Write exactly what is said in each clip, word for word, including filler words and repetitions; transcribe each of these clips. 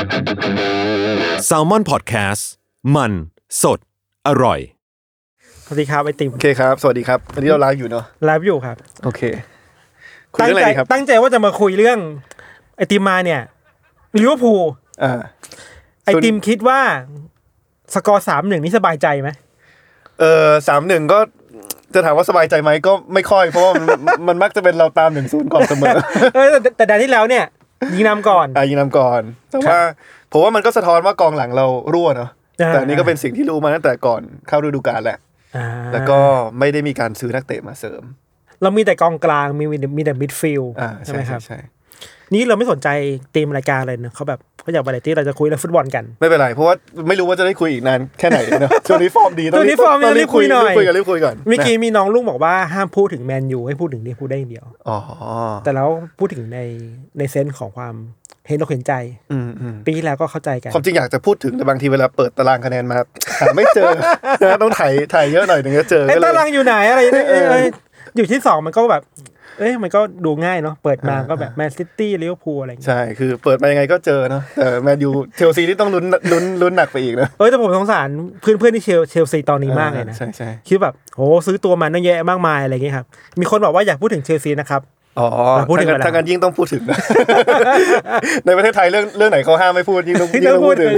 Salmon Podcast มันสดอร่อยสวัสดีครับไอติมโอเคครับสวัสดีครับวันนี้เราไลฟ์อยู่เนาะไลฟ์อยู่ครับโอเคคุยเรื่องอะไรดีครับตั้งใจว่าจะมาคุยเรื่องไอติมมาเนี่ยลิเวอร์พูลอ่าไอติมคิดว่าสกอร์ สามหนึ่ง นี่สบายใจไหมเออ สามหนึ่ง ก็จะถามว่าสบายใจไหมก็ไม่ค่อยเพราะว่ามันมันมักจะเป็นเราตาม หนึ่งศูนย์ ก่อนเสมอเออแต่แต่ที่แล้วเนี่ยยิงนำก่อนอ่ะยิงนำก่อนแต่ว่าผมว่ามันก็สะท้อนว่ากองหลังเรารั่วเนาะแต่นี่ก็เป็นสิ่งที่รู้มาตั้งแต่ก่อนเข้าฤดูกาลแหละแล้วก็ไม่ได้มีการซื้อนักเตะมาเสริมเรามีแต่กองกลางมีมีแต่มิดฟิลด์ใช่ไหมครับนี่เราไม่สนใจทีมรายการเลยนะเขาแบบเขาอยากวาไรตี้เราจะคุยเรื่องฟุตบอลกันไม่เป็นไรเพราะว่าไม่รู้ว่าจะได้คุยอีกนานแค่ไหนเนาะช่วงนี้ฟอร์มดีต้องรีบคุยหน่อยคุยกันรีบคุยก่อนเมื่อกี้มีน้องลุงบอกว่าห้ามพูดถึงแมนยูให้พูดถึงลิเวอร์พูลได้อย่างเดียวอ๋อแต่แล้วพูดถึงในในเซนส์ของความเห็นอกเห็นใจปีที่แล้วก็เข้าใจกันความจริงอยากจะพูดถึงแต่บางทีเวลาเปิดตารางคะแนนมาหาไม่เจอนะต้องถ่ายถ่ายเยอะหน่อยถึงจะเจอไอ้ตารางอยู่ไหนอะไรอยู่ที่สองมันก็แบบเอ้ยมันก็ดูง่ายเนาะเปิดมาก็แบบแมนซิตี้ลิเวอร์พูลอะไรอย่างเงี้ยใช่คือเปิดมายังไงก็เจอเนาะแต่แมนยูเชลซีนี่ต้องลุ้นลุ้นลุ้นหนักไปอีกนะเอ้ยแต่ผมสงสารเพื่อนๆที่เชลเชลซีตอนนี้มากเลยนะใช่ๆคือแบบโหซื้อตัวมันตั้งเยอะมากมายอะไรอย่างเงี้ยครับมีคนบอกว่าอยากพูดถึงเชลซีนะครับอ๋อถ้างั้นยิ่งต้องพูดถึงนะในประเทศไทยเรื่องเรื่องไหนเขาห้ามไม่พูดยิ่งต้องยิ่งต้องพูดถึง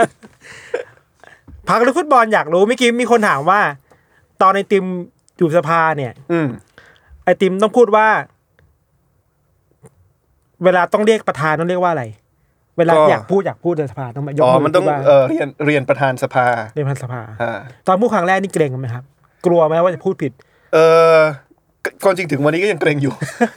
พักเรื่องฟุตบอลอยากรู้เมื่อกี้มีคนถามว่าตอนไอติมอยู่สภาเนี่ยไอติมต้องพูดว่าเวลาต้องเรียกประธานต้องเรียกว่าอะไรเวลาอยากพูดอยากพูดในสภาต้องมายกมืออ๋อมันต้องเอ่อเรียนเรียนประธานสภาเรียนประธานสภาตอนพูดครั้งแรกนี่เกรงมั้ยครับกลัวมั้ยว่าจะพูดผิดเออความจริงถึงวันนี้ก็ยังเกรงอยู่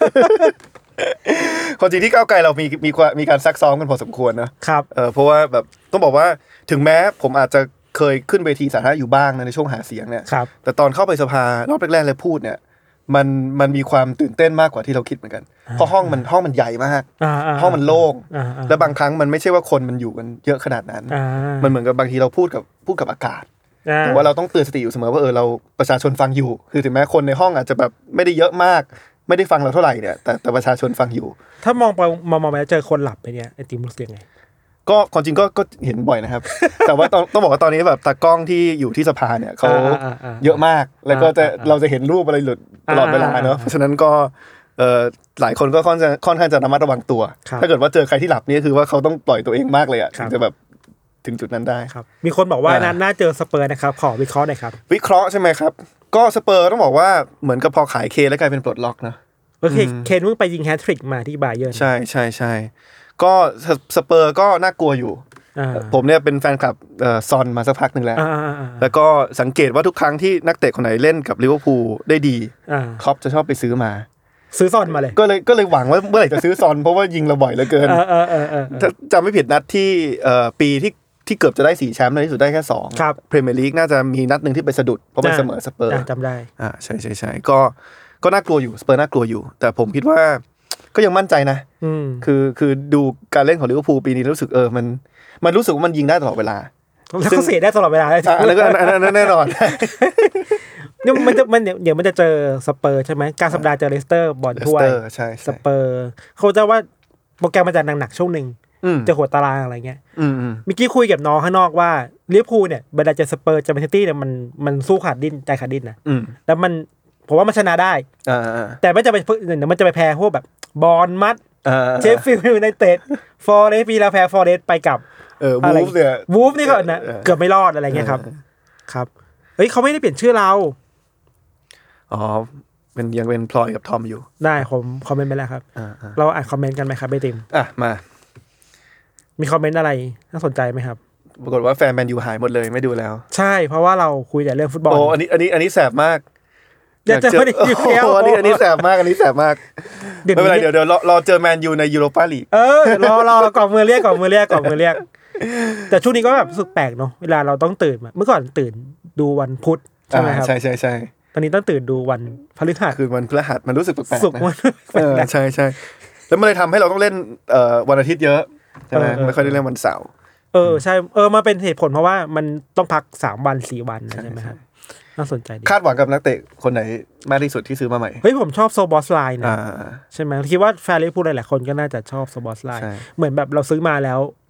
ความจริงที่ก้าวไกลเรามีมีมีการซักซ้อมกันพอสมควรนะครับเออเพราะว่าแบบต้องบอกว่าถึงแม้ผมอาจจะเคยขึ้นเวทีสาธารณะอยู่บ้างในช่วงหาเสียงเนี่ยแต่ตอนเข้าไปสภารอบแรกๆเลยพูดเนี่ยมันมันมีความตื่นเต้นมากกว่าที่เราคิดเหมือนกันเพราะห้องมันห้องมันใหญ่มากห้องมันโล่งแล้วบางครั้งมันไม่ใช่ว่าคนมันอยู่กันเยอะขนาดนั้นมันเหมือนกับบางทีเราพูดกับพูดกับอากาศแต่ว่าเราต้องเตือนสติอยู่เสมอว่าเออเราประชาชนฟังอยู่คือถึงแม้คนในห้องอาจจะแบบไม่ได้เยอะมากไม่ได้ฟังเราเท่าไหร่เนี่ยแต่แต่ประชาชนฟังอยู่ถ้ามองไปมองมองไปแล้วเจอคนหลับไปเนี่ยไอติมรู้สึกยังไงก็ความจริงก็ก็เห็นบ่อยนะครับแต่ว่าต้องต้องบอกว่าตอนนี้แบบตากล้องที่อยู่ที่สภาเนี่ยเขาเยอะมากแล้วก็จะเราจะเห็นรูปอะไรหลุดตลอดเวลาเนาะเพราะฉะนั้นก็เอ่อหลายคนก็ค่อนจะค่อนข้างจะระมัดระวังตัวถ้าเกิดว่าเจอใครที่หลับนี่คือว่าเขาต้องปล่อยตัวเองมากเลยอ่ะถึงจะแบบถึงจุดนั้นได้ครับมีคนบอกว่าน่าเจอสเปอร์นะครับขอวิเคราะห์หน่อยครับวิเคราะห์ใช่ไหมครับก็สเปอร์ต้องบอกว่าเหมือนกับพอขายเคแล้วกลายเป็นปลดล็อกนะโอเคเคนเพิ่งไปยิงแฮตทริกมาที่บาเยิร์นใช่ใช่ใช่ก็สเปอร์ก็น่ากลัวอยู่ผมเนี่ยเป็นแฟนคลับซอนมาสักพักหนึ่งแล้วแล้วก็สังเกตว่าทุกครั้งที่นักเตะคนไหนเล่นกับลิเวอร์พูลได้ดีคล็อปจะชอบไปซื้อมาซื้อซอนมาเลยก็เลยก็เลยหวังว่าเมื่อไหร่จะซื้อซอนเพราะว่ายิงเราบ่อยเหลือเกินถ้าจำไม่ผิดนัดที่ปีที่ที่เกือบจะได้สี่แชมป์ในที่สุดได้แค่สองพรีเมียร์ลีกน่าจะมีนัดนึงที่ไปสะดุดเพราะมันเสมอสเปอร์จำได้อ่าใช่ๆๆก็ก็น่ากลัวอยู่สเปอร์น่ากลัวอยู่แต่ผมคิดว่าก็ยังมั่นใจนะคือคือดูการเล่นของลิเวอร์พูลปีนี้รู้สึกเออมันมันรู้สึกว่ามันยิงได้ตลอดเวลาแล้วเขาเสียได้ตลอดเวลาเลยอันนั้นก็อันนั้นแน่นอนเนี่ยมันจะมันเดี๋ยวมันจะเจอสเปอร์ใช่ไหมการสัปดาห์เจอเลสเตอร์บอลถ้วยสเปอร์เขาจะว่าโปรแกรมมันจะหนักๆช่วงนึงจะหัวตารางอะไรเงี้ยเมื่อกี้คุยกับน้องข้างนอกว่าลิเวอร์พูลเนี่ยเวลาเจอสเปอร์เจอแมนซิตี้เนี่ยมันมันสู้ขาดดิ้นใจขาดดิ้นนะแล้วมันผมว่ามันชนะได้แต่ไม่จะไปเดี๋ยวมันจะไปแพ้พวกแบบบอลมัดเชฟฟิลด์ยูไนเต็ดฟอร์เรสต์ปีแล้วแพ้ฟอร์เรสต์ไปกับเออวูฟเนี่ยวูฟนี่ก็นะเกือบไม่รอดอะไรเงี้ยครับครับเฮ้ยเขาไม่ได้เปลี่ยนชื่อเราอ๋อเป็นยังเป็นพลอยกับทอมอยู่ได้ผมคอมเมนต์ไปแล้วครับเราอ่านคอมเมนต์กันไหมครับไอติมอ่ะมามีคอมเมนต์อะไรน่าสนใจไหมครับปรากฏว่าแฟนแมนยูหายหมดเลยไม่ดูแล้วใช่เพราะว่าเราคุยแต่เรื่องฟุตบอลโอ้อันนี้อันนี้อันนี้แสบมากอยากเจอแมนยูแล้วอันนี้อันนี้แสบมากอันนี้แสบมากไม่เป็นไรเดี๋ยวเดี๋ยวรอเจอแมนยูในยูโรปาลีกเออรอรอกล่องมือเรียกกล่องมือเรียกกล่องมือเรียกแต่ช่วงนี้ก็แบบรู้สึกแปลกเนาะเวลาเราต้องตื่นเมื่อก่อนตื่นดูวันพุธใช่ไหมครับใช่ใช่ใช่ตอนนี้ต้องตื่นดูวันพฤหัสคือวันพฤหัสมันรู้สึกแปลกๆนะใช่ใช่แล้วมันเลยทำให้เราต้องเล่นวันอาทิตย์เยอะใช่ไหมไม่ค่อยได้เล่นวันเสาร์เออใช่เออมาเป็นเหตุผลเพราะว่ามันต้องพักสามวันสี่วันใช่ไหมครับน่าสนใจดีคาดหวังกับนักเตะคนไหนมากที่สุดที่ซื้อมาใหม่เฮ้ยผมชอบโซบอสไลน์นะใช่ไหมคิดว่าแฟนลิเวอร์พูลหลายๆคนก็น่าจะชอบโซบอสไลน์เหมือนแบบเราซื้อมาแล้ว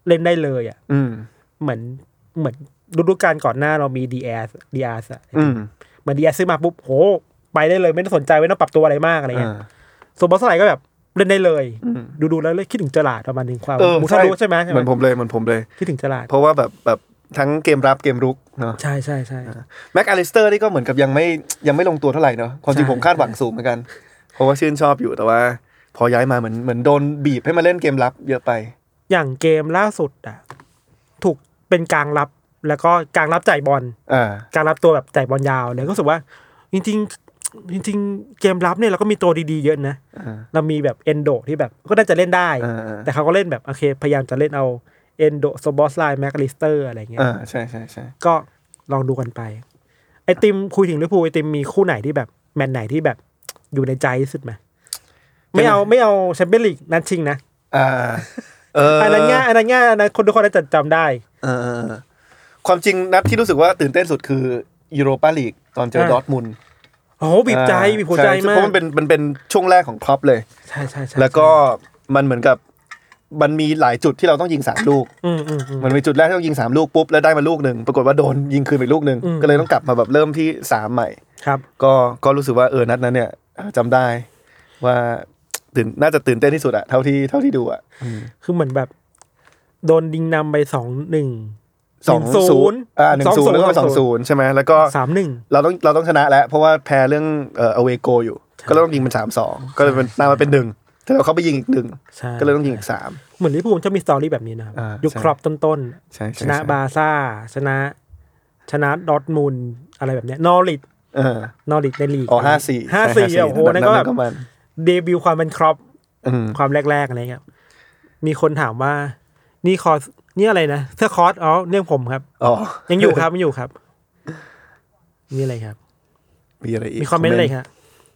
เล่นได้เลยอ่ะเหมือนเหมือนฤดูกาลก่อนหน้าเรามี ดี อาร์ ดี อาร์ อ่ะเหมือน ดี อาร์ ซื้อมาปุ๊บโหไปได้เลยไม่ต้องสนใจไม่ต้องปรับตัวอะไรมากอะไรเงี้ยส่วนบอสไลก็แบบเล่นได้เลยดูๆแล้วเลยคิดถึงเจอราร์ดประมาณนึงความมูทะลุใช่ไหมเหมือนผมเลยเหมือนผมเลยคิดถึงเจอราร์ดเพราะว่าแบบแบบทั้งเกมรับเกมรุกเนาะใช่ใช่ใช่แม็กอลิสเตอร์นี่ก็เหมือนกับยังไม่ยังไม่ลงตัวเท่าไหร่เนาะความจริงผมคาดหวังสูงเหมือนกันเพราะว่าชื่นชอบอยู่แต่ว่าพอย้ายมาเหมือนเหมือนโดนบีบให้มาเล่นเกมรับเยอะไปอย่างเกมล่าสุดอ่ะถูกเป็นกลางรับแล้วก็กลางรับจ่ายบอลกลางรับตัวแบบจ่ายบอลยาวเลยก็รู้สึกว่าจริงๆจริงๆเกมรับเนี่ยเราก็มีตัวดีๆเยอะนะเรามีแบบเอนโดที่แบบก็น่าจะเล่นได้แต่เขาก็เล่นแบบโอเคพยายามจะเล่นเอาเอนโดโซบอสไลน์แมคอลิสเตอร์อะไรเงี้ยอ่าใช่ใช่ใช่ก็ลองดูกันไปไอติมคุยถึงลิเวอร์พูลไอติมมีคู่ไหนที่แบบแมนไหนที่แบบอยู่ในใจที่สุดไหมไม่เอาไม่เอาแชมเปี้ยนลีกนัดชิงนะอ่าเอออันนั้นง่ายอันนั้นง่ายนะคนทุกคนจะจำได้เออความจริงนัดที่รู้สึกว่าตื่นเต้นสุดคือยูโรปาลีกตอนเจอดอร์ทมุนด์โอ้บีบใจบีบหัวใจมากเพราะมันเป็นมันเป็นช่วงแรกของคล็อปเลยใช่ใช่ใช่แล้วก็มันเหมือนกับมันมีหลายจุดที่เราต้องยิงสามลูกมันมีจุดแรกที่ต้องยิงสามลูกปุ๊บแล้วได้มาลูกนึงปรากฏว่าโดนยิงคืนไปลูกนึงก็เลยต้องกลับมาแบบเริ่มที่สามใหม่ครับก็ก็รู้สึกว่าเออนัดนั้นเนี่ยจำได้ว่าตื่นน่าจะตื่นเต้นที่สุดอะเท่าที่เท่าที่ดูอะคือเหมือนแบบโดนยิงนำไปสองหนึ่งสองศูนย์อ่าหนึ่งศูนย์แล้วก็สองศูนย์ใช่ไหมแล้วก็สามหนึ่งเราต้องเราต้องชนะแล้วเพราะว่าแพ้เรื่องเอ่อ away goal อยู่ก็เลยต้องยิงเป็นสามสองก็เลยเป็นนำมาเป็นหนึ่งแต่เราเขาไปยิงอีกหนึ่งก็เลยต้องยิงอีกสามเหมือนลิเวอร์พูลจะมีสตอรี่แบบนี้นะครับยุคครอปต้นๆชนะบาร์ซ่าชนะชนะดอร์ทมุนด์อะไรแบบเนี้ยนอริทเออนอริทในลีกอ๋อห้าสี่ห้าสี่โอ้โหนั่นก็แบบเดบิวต์ความเป็นครอปความแรกๆอะไรเงี้ยมีคนถามว่านี่คอนี่อะไรนะเสื้อคอสอ๋อเรื่องผมครับอ๋อยังอยู่ครับไม่อยู่ครับมีอะไรครับมีอะไรอีกมีคอมเมนต์อะไรครับ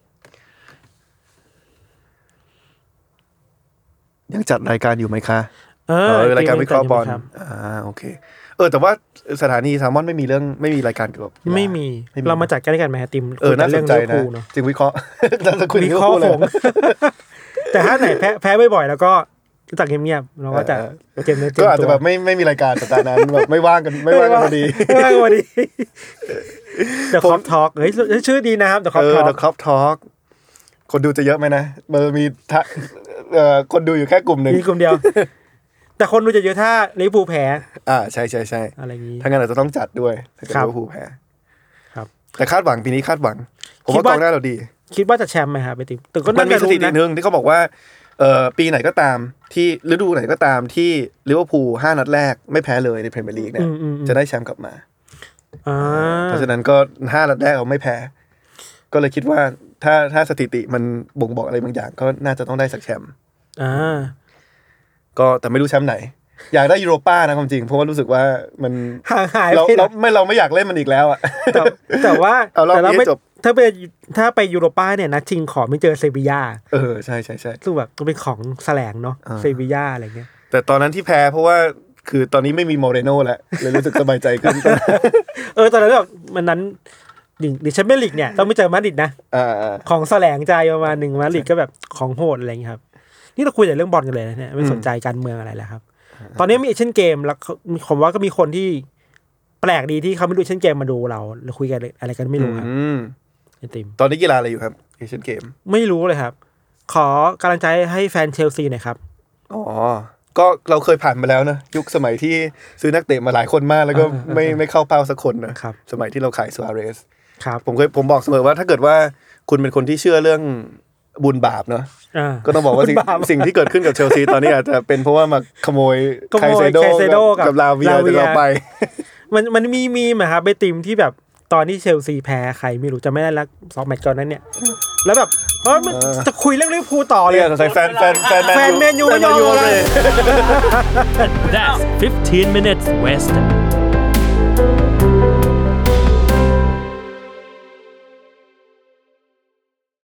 ยังจัดรายการอยู่ไหมคะเออรายการวิเคราะห์บอลอ่าโอเคเออแต่ว่าสถานีแซลมอนไม่มีเรื่องไม่มีรายการเกี่ยวกับไม่มีเรามาจัดกันด้วยกันไหมฮะติมเออน่าสนใจนะจริงวิเคราะห์วิเคราะห์ผมแต่ถ้าไหนแพ้แพ้บ่อยๆแล้วก็จัดเงียบๆเราก็จะเกมเนื้อเกมตัวก็อาจจะแบบไม่ไม่มีรายการสัปดาห์นั้นแบบไม่ว่างกันไม่ว่างกันพอดีไม่ว่างพอดีเดอะคอปทอล์กเฮ้ยชื่อดีนะครับเดอะคอปทอล์กเดอะคอปทอล์กคนดูจะเยอะไหมนะมันมีเอ่อคนดูอยู่แค่กลุ่มนึงมีกลุ่มเดียวแต่คนดูจะเยอะถ้าลิเวอร์พูลแพ้อ่าใช่ๆๆอะไรอย่างงี้ถ้างั้นอาจจะต้องจัดด้วยถ้าเกิดลิเวอร์พูลแพ้ครับแต่คาดหวังปีนี้คาดหวังผมว่ากองหน้าเราดีคิดว่าจะแชมป์มั้ยครับไปติแต่ก็มันมีสถิตินึงที่เขาบอกว่าเอ่อปีไหนก็ตามที่ฤดูไหนก็ตามที่ลิเวอร์พูลห้านัดแรกไม่แพ้เลยในพรีเมียร์ลีกเนี่ยจะได้แชมป์กลับมาอ่าเพราะฉะนั้นก็ห้านัดแรกเราไม่แพ้ก็เลยคิดว่าถ้าถ้าสถิติมันบ่งบอกอะไรบางอย่างก็น่าจะต้องได้สักแชมป์อ่าก็แต่ไม่รู้แชมป์ไหนอยากได้ยูโรป้านะความจริงเพราะว่ารู้สึกว่ามันห่างหายเราเราไม่เราไม่อยากเล่นมันอีกแล้วอ่ะแต่แต่ว่าแต่เราไม่ถ้าไปถ้าไปยูโรป้าเนี่ยนัดชิงขอไม่เจอเซบีย่าเออใช่ใช่ใช่คือแบบก็เป็นของแสลงเนาะเซบีย่าอะไรเงี้ยแต่ตอนนั้นที่แพ้เพราะว่าคือตอนนี้ไม่มีโมเรโน่แล้วเลยรู้สึกสบายใจขึ้นเออตอนนั้นแบบมันนั้นดิแชมเปี้ยนลีกเนี่ยต้องไม่เจอมาดริดนะของแสลงใจประมาณนึงมาดริดก็แบบของโหดอะไรเงี้ยครับนี่เราคุยแต่เรื่องบอลกันเลยนะเนี่ยไม่สนใจการเมืองอะไรแล้วครับตอนนี้มีเอเชียนเกมแล้วผมว่าก็มีคนที่แปลกดีที่เขาไม่ดูเอเชียนเกมมาดูเราเราคุยกันอะไรกันไม่รู้ครับไอติมตอนนี้กีฬาอะไรอยู่ครับเอเชียนเกมไม่รู้เลยครับขอกำลังใจให้แฟนเชลซีหน่อยครับอ๋อก็เราเคยผ่านมาแล้วนะยุคสมัยที่ซื้อนักเตะมาหลายคนมากแล้วก็ไม่ไม่เข้าเป้าสักคนนะสมัยที่เราขายซูอาเรสครับผมเคยผมบอกเสมอว่าถ้าเกิดว่าคุณเป็นคนที่เชื่อเรื่องบุญบาปเนาะก็ต้องบอกว่าสิ่งสิ่งที่เกิดขึ้นกับเชลซีตอนนี้อาจจะเป็นเพราะว่ามาขโมยไคเซโดกับลาเวียจากเราไปมันมันมีมีมั้ยครับไปทีมที่แบบตอนที่เชลซีแพ้ใครไม่รู้จะไม่ได้ละสองแมตช์ก่อนนั้นเนี่ยแล้วแบบเฮ้ยมันจะคุยเรื่องลิเวอร์พูลต่อเลยแฟนแฟนแฟนแฟนแมนยูยอมเลย That's fifteen minutes West